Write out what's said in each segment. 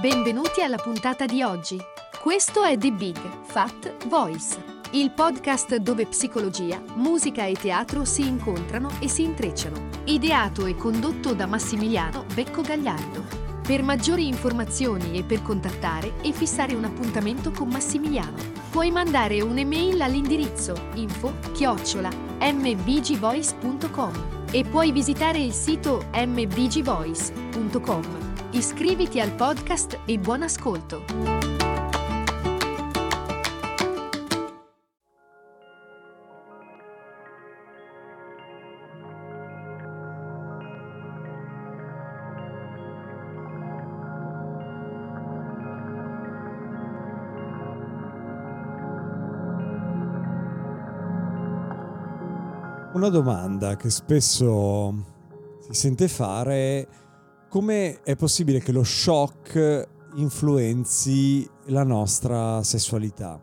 Benvenuti alla puntata di oggi. Questo è The Big Fat Voice, il podcast dove psicologia, musica e teatro si incontrano e si intrecciano. Ideato e condotto da Massimiliano Becco Gagliardo. Per maggiori informazioni e per contattare e fissare un appuntamento con Massimiliano, puoi mandare un'email all'indirizzo info@mbgvoice.com e puoi visitare il sito mbgvoice.com. Iscriviti al podcast e buon ascolto! Una domanda che spesso si sente fare è: come è possibile che lo shock influenzi la nostra sessualità?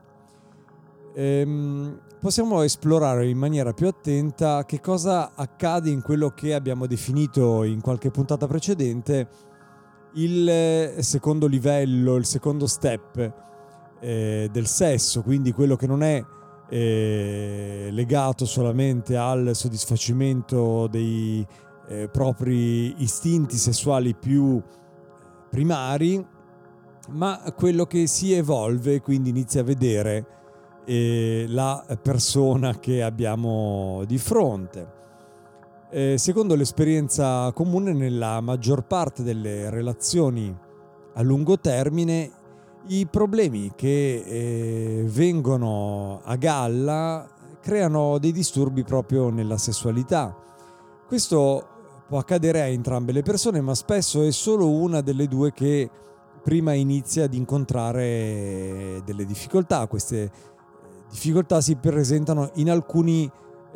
Possiamo esplorare in maniera più attenta che cosa accade in quello che abbiamo definito in qualche puntata precedente il secondo livello, il secondo step del sesso, quindi quello che non è legato solamente al soddisfacimento dei propri istinti sessuali più primari, ma quello che si evolve, quindi inizia a vedere la persona che abbiamo di fronte. Secondo l'esperienza comune, nella maggior parte delle relazioni a lungo termine, i problemi che vengono a galla creano dei disturbi proprio nella sessualità. Questo può accadere a entrambe le persone, ma spesso è solo una delle due che prima inizia ad incontrare delle difficoltà. Queste difficoltà si presentano in alcuni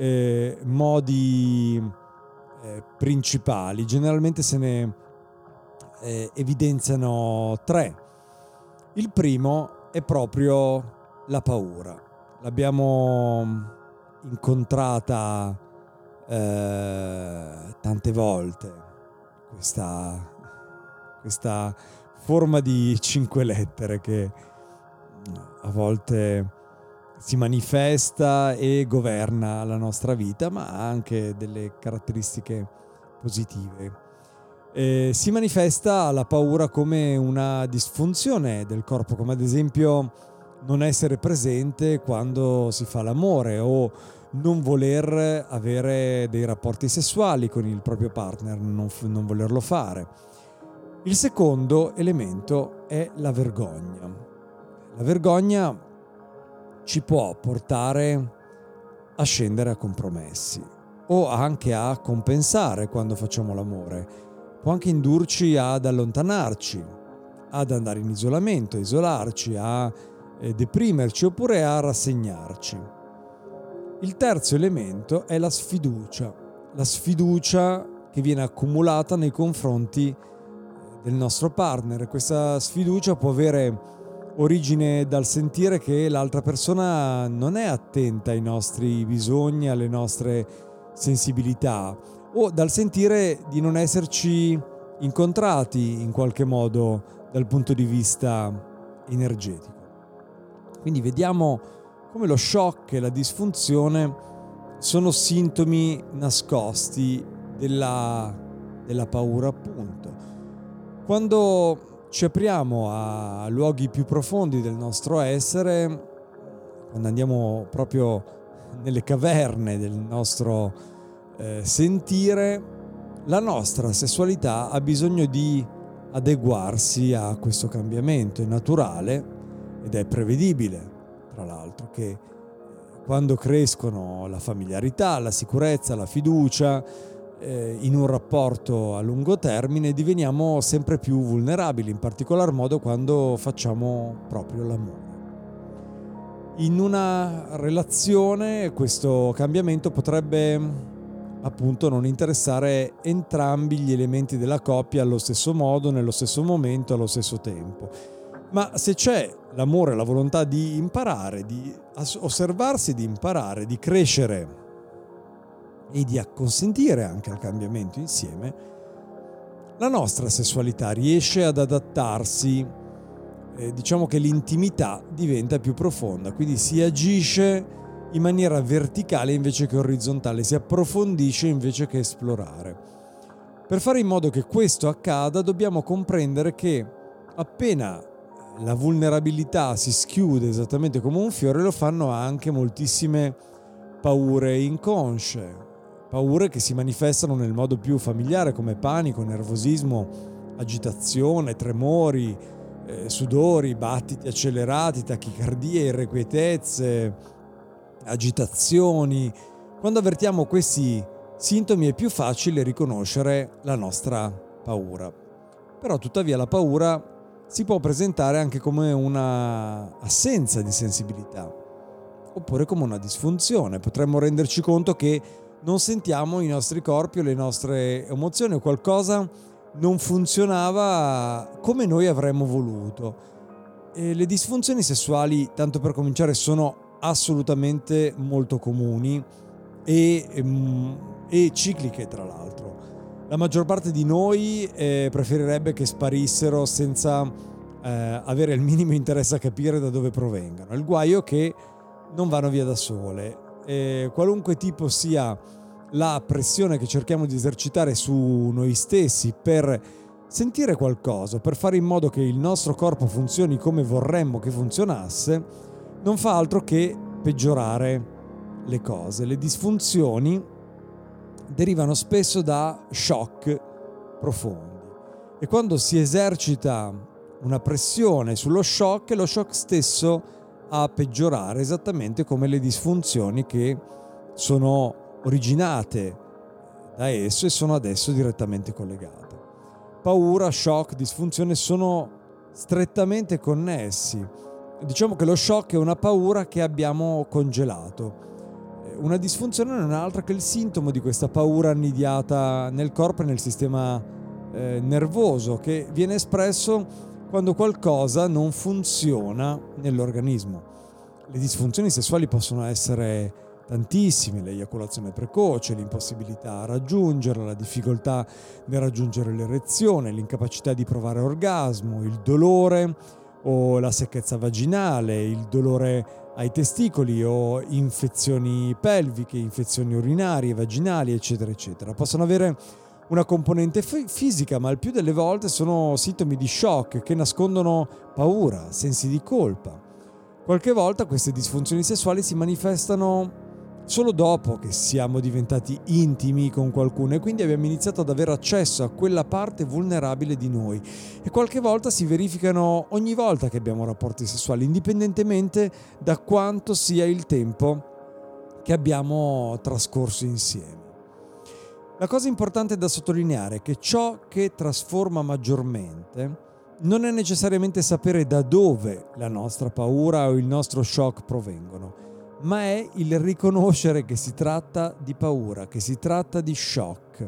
modi principali. Generalmente se ne evidenziano tre. Il primo è proprio la paura. L'abbiamo incontrata tante volte, questa forma di 5 lettere che a volte si manifesta e governa la nostra vita, ma ha anche delle caratteristiche positive. Si manifesta la paura come una disfunzione del corpo, come ad esempio non essere presente quando si fa l'amore o non voler avere dei rapporti sessuali con il proprio partner, non volerlo fare. Il secondo elemento è la vergogna. La vergogna ci può portare a scendere a compromessi o anche a compensare quando facciamo l'amore. Può anche indurci ad allontanarci, ad andare in isolamento, a isolarci, a deprimerci oppure a rassegnarci. Il terzo elemento è la sfiducia che viene accumulata nei confronti del nostro partner. Questa sfiducia può avere origine dal sentire che l'altra persona non è attenta ai nostri bisogni, alle nostre sensibilità, o dal sentire di non esserci incontrati in qualche modo dal punto di vista energetico. Quindi vediamo come lo shock e la disfunzione sono sintomi nascosti della paura, appunto. Quando ci apriamo a luoghi più profondi del nostro essere, quando andiamo proprio nelle caverne del nostro sentire, la nostra sessualità ha bisogno di adeguarsi a questo cambiamento. È naturale ed è prevedibile, tra l'altro, che quando crescono la familiarità, la sicurezza, la fiducia in un rapporto a lungo termine, diveniamo sempre più vulnerabili, in particolar modo quando facciamo proprio l'amore. In una relazione questo cambiamento potrebbe appunto non interessare entrambi gli elementi della coppia allo stesso modo, nello stesso momento, allo stesso tempo. Ma se c'è l'amore, la volontà di imparare, di osservarsi, di imparare, di crescere e di acconsentire anche al cambiamento insieme, la nostra sessualità riesce ad adattarsi, diciamo che l'intimità diventa più profonda, quindi si agisce in maniera verticale invece che orizzontale, si approfondisce invece che esplorare. Per fare in modo che questo accada dobbiamo comprendere che appena la vulnerabilità si schiude esattamente come un fiore, lo fanno anche moltissime paure inconsce, paure che si manifestano nel modo più familiare come panico, nervosismo, agitazione, tremori, sudori, battiti accelerati, tachicardie, irrequietezze, agitazioni. Quando avvertiamo questi sintomi è più facile riconoscere la nostra paura. Però tuttavia la paura si può presentare anche come una assenza di sensibilità, oppure come una disfunzione. Potremmo renderci conto che non sentiamo i nostri corpi o le nostre emozioni, o qualcosa non funzionava come noi avremmo voluto. E le disfunzioni sessuali, tanto per cominciare, sono assolutamente molto comuni e cicliche, tra l'altro. La maggior parte di noi preferirebbe che sparissero senza avere il minimo interesse a capire da dove provengano. Il guaio è che non vanno via da sole. Qualunque tipo sia la pressione che cerchiamo di esercitare su noi stessi per sentire qualcosa, per fare in modo che il nostro corpo funzioni come vorremmo che funzionasse, non fa altro che peggiorare le cose. Le disfunzioni derivano spesso da shock profondi, e quando si esercita una pressione sullo shock, lo shock stesso a peggiorare, esattamente come le disfunzioni che sono originate da esso e sono adesso direttamente collegate. Paura, shock, disfunzione sono strettamente connessi. Diciamo che lo shock è una paura che abbiamo congelato. Una disfunzione non è altro che il sintomo di questa paura annidiata nel corpo e nel sistema nervoso, che viene espresso quando qualcosa non funziona nell'organismo. Le disfunzioni sessuali possono essere tantissime: l'eiaculazione precoce, l'impossibilità a raggiungerla, la difficoltà nel raggiungere l'erezione, l'incapacità di provare orgasmo, il dolore o la secchezza vaginale, il dolore ai testicoli o infezioni pelviche, infezioni urinarie, vaginali, eccetera, eccetera. Possono avere una componente fisica, ma il più delle volte sono sintomi di shock che nascondono paura, sensi di colpa. Qualche volta queste disfunzioni sessuali si manifestano solo dopo che siamo diventati intimi con qualcuno e quindi abbiamo iniziato ad avere accesso a quella parte vulnerabile di noi, e qualche volta si verificano ogni volta che abbiamo rapporti sessuali, indipendentemente da quanto sia il tempo che abbiamo trascorso insieme. La cosa importante da sottolineare è che ciò che trasforma maggiormente non è necessariamente sapere da dove la nostra paura o il nostro shock provengono, ma è il riconoscere che si tratta di paura, che si tratta di shock,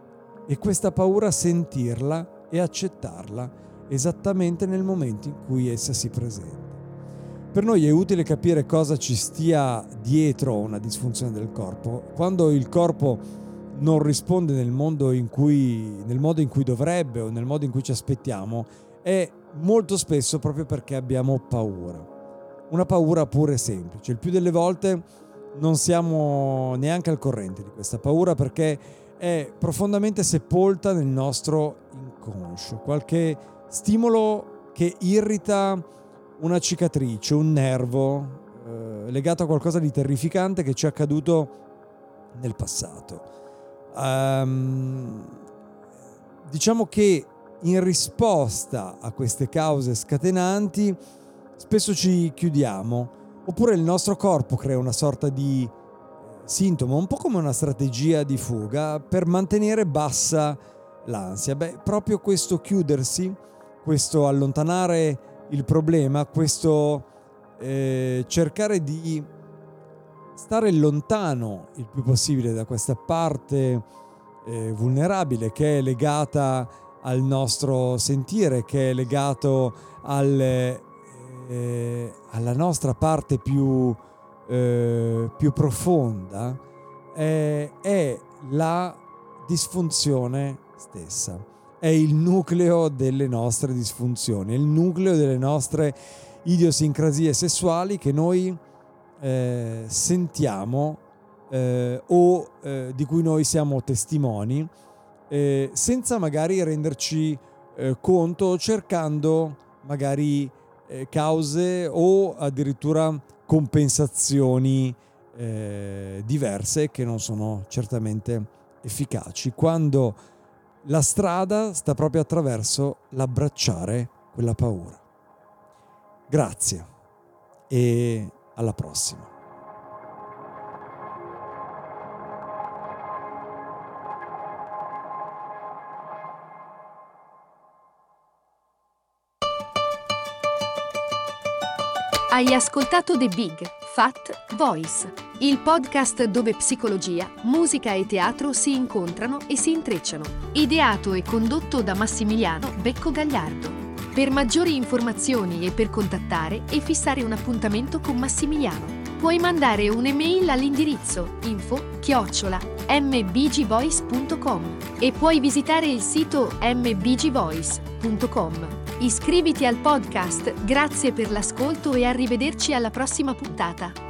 e questa paura sentirla e accettarla esattamente nel momento in cui essa si presenta. Per noi è utile capire cosa ci stia dietro una disfunzione del corpo. Quando il corpo non risponde nel modo in cui dovrebbe o nel modo in cui ci aspettiamo, è molto spesso proprio perché abbiamo paura. Una paura pura e semplice. Il più delle volte non siamo neanche al corrente di questa paura perché è profondamente sepolta nel nostro inconscio. Qualche stimolo che irrita una cicatrice, un nervo legato a qualcosa di terrificante che ci è accaduto nel passato. Diciamo che in risposta a queste cause scatenanti spesso ci chiudiamo, oppure il nostro corpo crea una sorta di sintomo, un po' come una strategia di fuga per mantenere bassa l'ansia. Proprio questo chiudersi, questo allontanare il problema, questo cercare di stare lontano il più possibile da questa parte vulnerabile che è legata al nostro sentire, che è legato alla nostra parte più profonda, è la disfunzione stessa. è il nucleo delle nostre disfunzioni, è il nucleo delle nostre idiosincrasie sessuali che noi sentiamo o di cui noi siamo testimoni, senza magari renderci conto, cercando magari cause o addirittura compensazioni diverse che non sono certamente efficaci, quando la strada sta proprio attraverso l'abbracciare quella paura. Grazie e alla prossima. Hai ascoltato The Big Fat Voice, il podcast dove psicologia, musica e teatro si incontrano e si intrecciano. Ideato e condotto da Massimiliano Becco Gagliardo. Per maggiori informazioni e per contattare e fissare un appuntamento con Massimiliano, puoi mandare un'email all'indirizzo info@mbgvoice.com e puoi visitare il sito mbgvoice.com. Iscriviti al podcast, grazie per l'ascolto e arrivederci alla prossima puntata.